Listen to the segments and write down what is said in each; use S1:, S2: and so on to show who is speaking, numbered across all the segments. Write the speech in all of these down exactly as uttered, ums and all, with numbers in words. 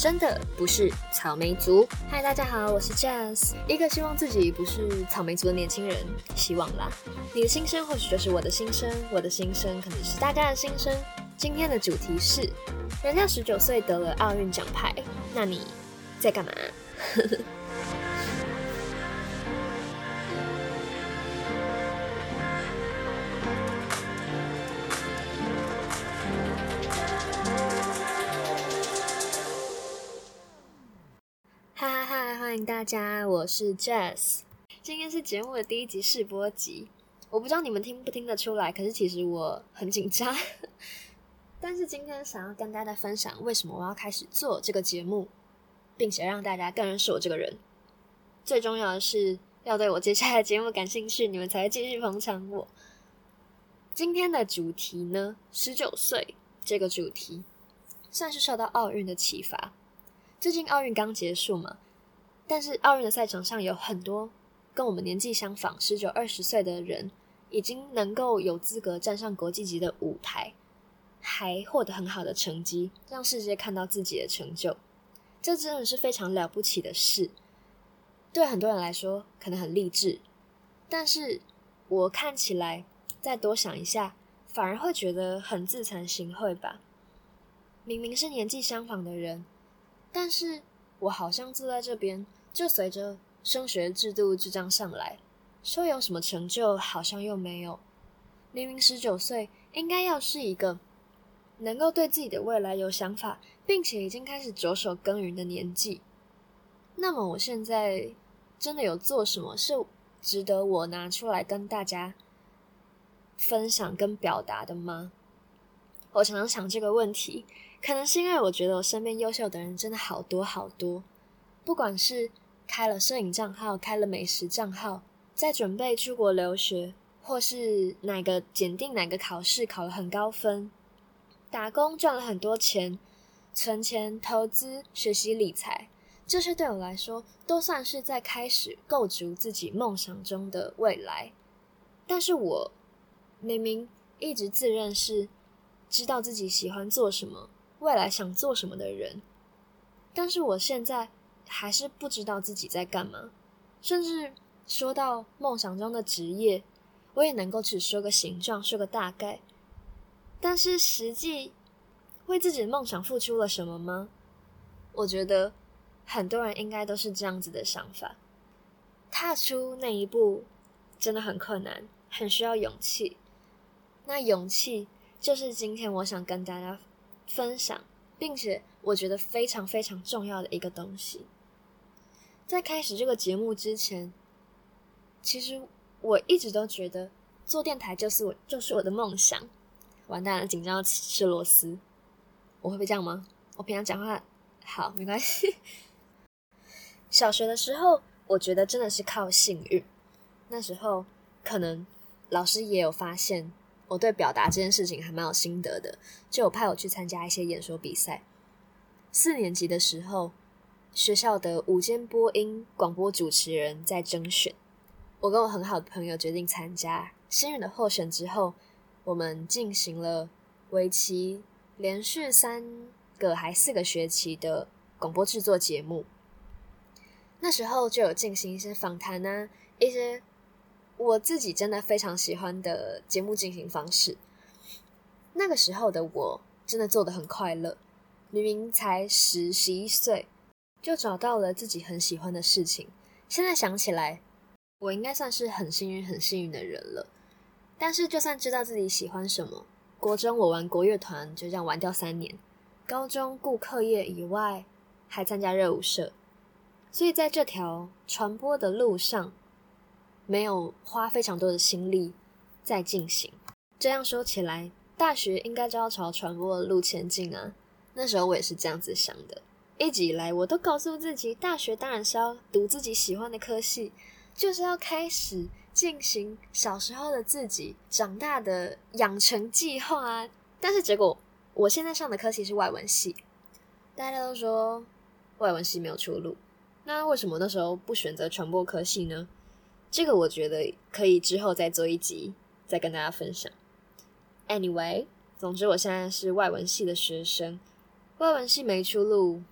S1: 真的不是草莓族。嗨，大家好，我是 Jazz， 一个希望自己不是草莓族的年轻人，希望啦。你的心声或许就是我的心声，我的心声可能是大家的心声。今天的主题是，人家十九岁得了奥运奖牌，那你在干嘛？哈哈哈！欢迎大家，我是 Jazz。今天是节目的第一集试播集，我不知道你们听不听得出来，可是其实我很紧张。但是今天想要跟大家分享为什么我要开始做这个节目，并且让大家更认识我这个人。最重要的是要对我接下来的节目感兴趣，你们才会继续捧场我。今天的主题呢，十九岁这个主题算是受到奥运的启发。最近奥运刚结束嘛，但是奥运的赛场上有很多跟我们年纪相仿十九、二十岁的人，已经能够有资格站上国际级的舞台，还获得很好的成绩，让世界看到自己的成就。这真的是非常了不起的事，对很多人来说可能很励志，但是我看起来再多想一下，反而会觉得很自惭形秽吧。明明是年纪相仿的人，但是我好像坐在这边，就随着升学制度就这样上来，说有什么成就好像又没有。明明十九岁应该要是一个能够对自己的未来有想法，并且已经开始着手耕耘的年纪。那么我现在真的有做什么是值得我拿出来跟大家分享跟表达的吗？我常常想这个问题，可能是因为我觉得我身边优秀的人真的好多好多，不管是开了摄影账号，开了美食账号，在准备出国留学，或是哪个检定哪个考试考了很高分，打工赚了很多钱，存钱投资学习理财，这些对我来说都算是在开始构筑自己梦想中的未来。但是我明明一直自认是知道自己喜欢做什么，未来想做什么的人，但是我现在还是不知道自己在干嘛，甚至说到梦想中的职业，我也能够只说个形状，说个大概，但是实际为自己的梦想付出了什么吗？我觉得很多人应该都是这样子的想法，踏出那一步真的很困难，很需要勇气。那勇气就是今天我想跟大家分享，并且我觉得非常非常重要的一个东西。在开始这个节目之前，其实我一直都觉得做电台就是我就是我的梦想。完蛋了，紧张要吃螺丝，我会不会这样吗？我平常讲话好，没关系。小学的时候，我觉得真的是靠幸运。那时候可能老师也有发现我对表达这件事情还蛮有心得的，就有派我去参加一些演说比赛。四年级的时候，学校的午间播音广播主持人在征选，我跟我很好的朋友决定参加。幸运的获选之后，我们进行了为期连续三个还四个学期的广播制作节目。那时候就有进行一些访谈啊，一些我自己真的非常喜欢的节目进行方式。那个时候的我真的做得很快乐，明明才十、十一岁，就找到了自己很喜欢的事情。现在想起来，我应该算是很幸运、很幸运的人了。但是就算知道自己喜欢什么，国中我玩国乐团就这样玩掉三年，高中顾课业以外还参加热舞社，所以在这条传播的路上没有花非常多的心力在进行。这样说起来，大学应该就要朝传播的路前进啊。那时候我也是这样子想的，一直以来我都告诉自己，大学当然是要读自己喜欢的科系，就是要开始进行小时候的自己长大的养成计划啊。但是结果我现在上的科系是外文系，大家都说外文系没有出路，那为什么那时候不选择传播科系呢？这个我觉得可以之后再做一集再跟大家分享。 Anyway， 总之我现在是外文系的学生，外文系没出路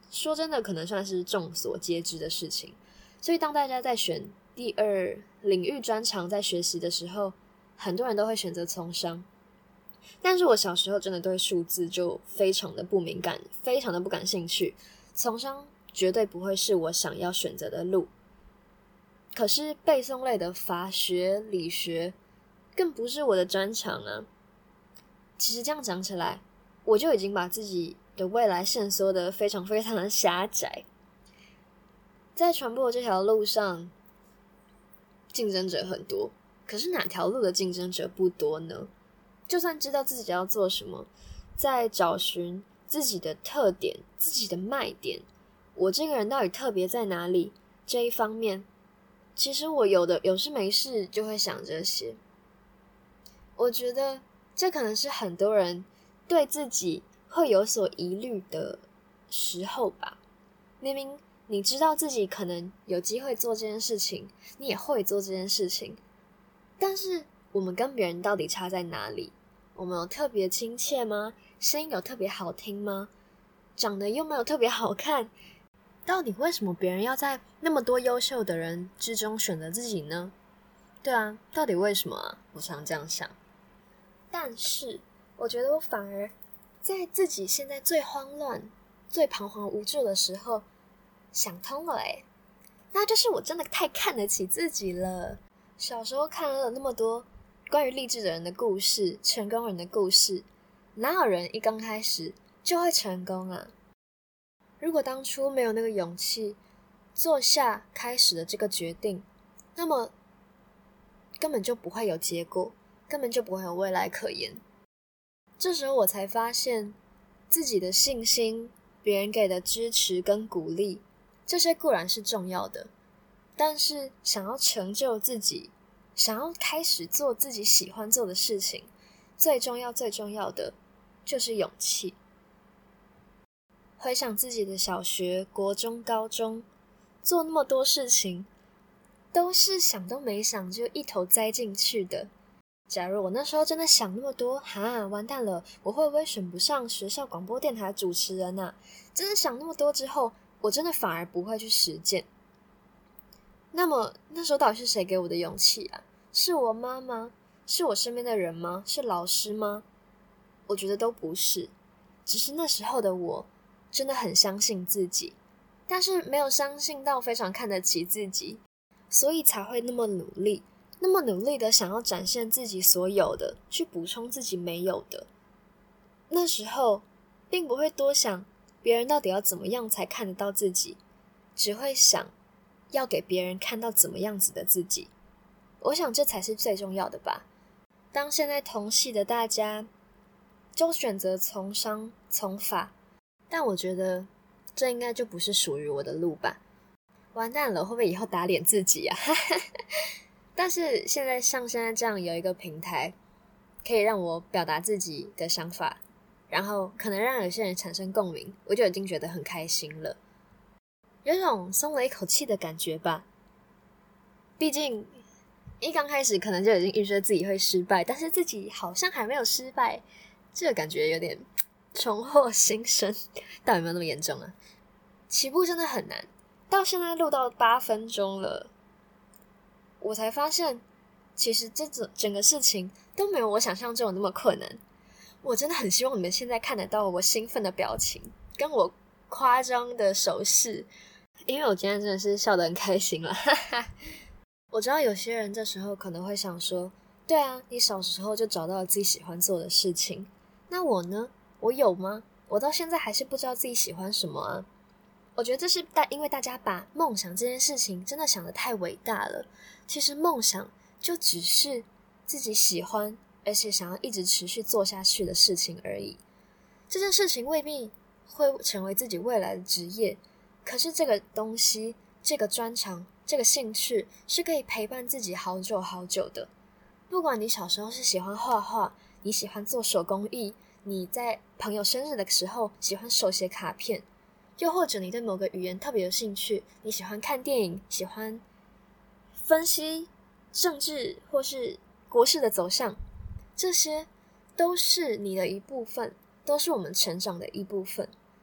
S1: 说真的可能算是众所皆知的事情。所以当大家在选第二领域专长在学习的时候，很多人都会选择从商。但是我小时候真的对数字就非常的不敏感，非常的不感兴趣，从商绝对不会是我想要选择的路。可是背诵类的法学、理学更不是我的专长啊。其实这样讲起来，我就已经把自己的未来限缩得非常非常的狭窄。在传播这条路上，竞争者很多，可是哪条路的竞争者不多呢？就算知道自己要做什么，在找寻自己的特点、自己的卖点，我这个人到底特别在哪里这一方面，其实我有的有事没事就会想这些。我觉得这可能是很多人对自己会有所疑虑的时候吧。明明你知道自己可能有机会做这件事情，你也会做这件事情，但是我们跟别人到底差在哪里？我们有特别亲切吗？声音有特别好听吗？长得又没有特别好看？到底为什么别人要在那么多优秀的人之中选择自己呢？对啊，到底为什么啊？我常这样想。但是我觉得我反而在自己现在最慌乱、最彷徨无助的时候想通了诶，那就是我真的太看得起自己了。小时候看了那么多关于励志的人的故事、成功人的故事，哪有人一刚开始就会成功啊？如果当初没有那个勇气做下开始的这个决定，那么根本就不会有结果，根本就不会有未来可言。这时候我才发现自己的信心、别人给的支持跟鼓励，这些固然是重要的，但是想要成就自己，想要开始做自己喜欢做的事情，最重要最重要的就是勇气。回想自己的小学、国中、高中，做那么多事情，都是想都没想就一头栽进去的。假如我那时候真的想那么多，哈，完蛋了，我会不会选不上学校广播电台主持人啊？真的想那么多之后，我真的反而不会去实践。那么那时候到底是谁给我的勇气啊？是我妈吗？是我身边的人吗？是老师吗？我觉得都不是，只是那时候的我真的很相信自己，但是没有相信到非常看得起自己，所以才会那么努力，那么努力的想要展现自己所有的，去补充自己没有的。那时候并不会多想别人到底要怎么样才看得到自己，只会想要给别人看到怎么样子的自己。我想这才是最重要的吧。当现在同系的大家都选择从商从法，但我觉得这应该就不是属于我的路吧。完蛋了，会不会以后打脸自己啊？但是现在像现在这样有一个平台，可以让我表达自己的想法，然后可能让有些人产生共鸣，我就已经觉得很开心了，有种松了一口气的感觉吧。毕竟一刚开始可能就已经预设自己会失败，但是自己好像还没有失败，这个感觉有点重获新生。到底有没有那么严重啊？起步真的很难，到现在录到八分钟了，我才发现其实这整整个事情都没有我想象中的那么困难。我真的很希望你们现在看得到我兴奋的表情跟我夸张的手势，因为我今天真的是笑得很开心了。我知道有些人这时候可能会想说，对啊，你小时候就找到了自己喜欢做的事情，那我呢？我有吗？我到现在还是不知道自己喜欢什么啊。我觉得这是大因为大家把梦想这件事情真的想得太伟大了。其实梦想就只是自己喜欢而且想要一直持续做下去的事情而已。这件事情未必会成为自己未来的职业，可是这个东西，这个专长，这个兴趣是可以陪伴自己好久好久的。不管你小时候是喜欢画画，你喜欢做手工艺，你在朋友生日的时候喜欢手写卡片，又或者你对某个语言特别有兴趣，你喜欢看电影，喜欢分析政治或是国事的走向，这些都是你的一部分，都是我们成长的一部分。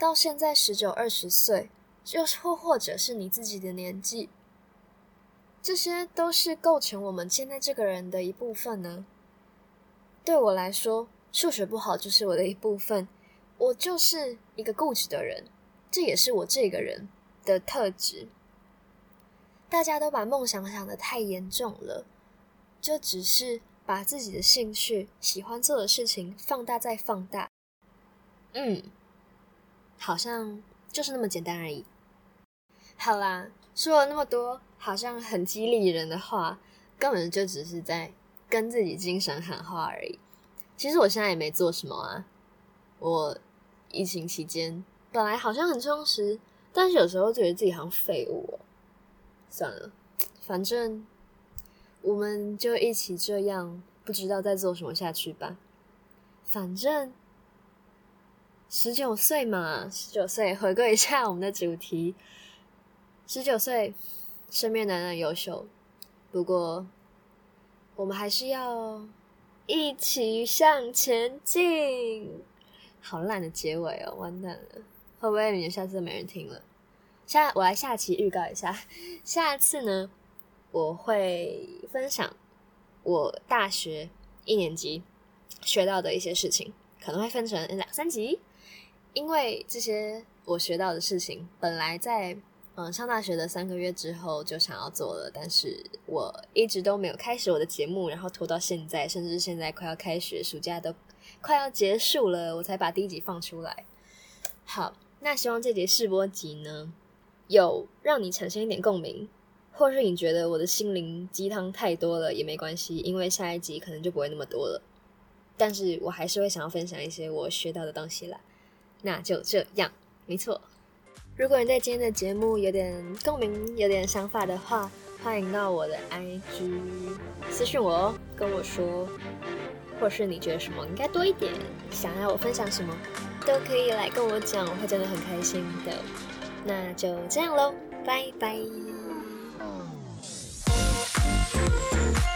S1: 到现在十九、二十岁，又或或者是你自己的年纪，这些都是构成我们现在这个人的一部分呢。对我来说，数学不好就是我的一部分，我就是一个固执的人，这也是我这个人的特质。大家都把梦想想得太严重了，就只是把自己的兴趣、喜欢做的事情放大再放大。嗯，好像就是那么简单而已。好啦，说了那么多好像很激励人的话，根本就只是在跟自己精神喊话而已。其实我现在也没做什么啊，我疫情期间本来好像很充实，但是有时候觉得自己好像废物哦。算了，反正我们就一起这样不知道在做什么下去吧。反正十九岁嘛，十九岁回归一下我们的主题。十九岁，身边男人优秀，不过我们还是要一起向前进。好烂的结尾哦，完蛋了，会不会你们下次都没人听了？下我来下期预告一下，下次呢，我会分享我大学一年级学到的一些事情，可能会分成两三集，因为这些我学到的事情，本来在嗯上大学的三个月之后就想要做了，但是我一直都没有开始我的节目，然后拖到现在，甚至现在快要开学，暑假都快要结束了，我才把第一集放出来。好，那希望这节试播集呢，有让你产生一点共鸣，或是你觉得我的心灵鸡汤太多了也没关系，因为下一集可能就不会那么多了，但是我还是会想要分享一些我学到的东西啦。那就这样，没错。如果你对今天的节目有点共鸣，有点想法的话，欢迎到我的 I G 私讯我哦，跟我说，或是你觉得什么应该多一点，想要我分享什么都可以来跟我讲，我会真的很开心的。那就这样咯，拜拜。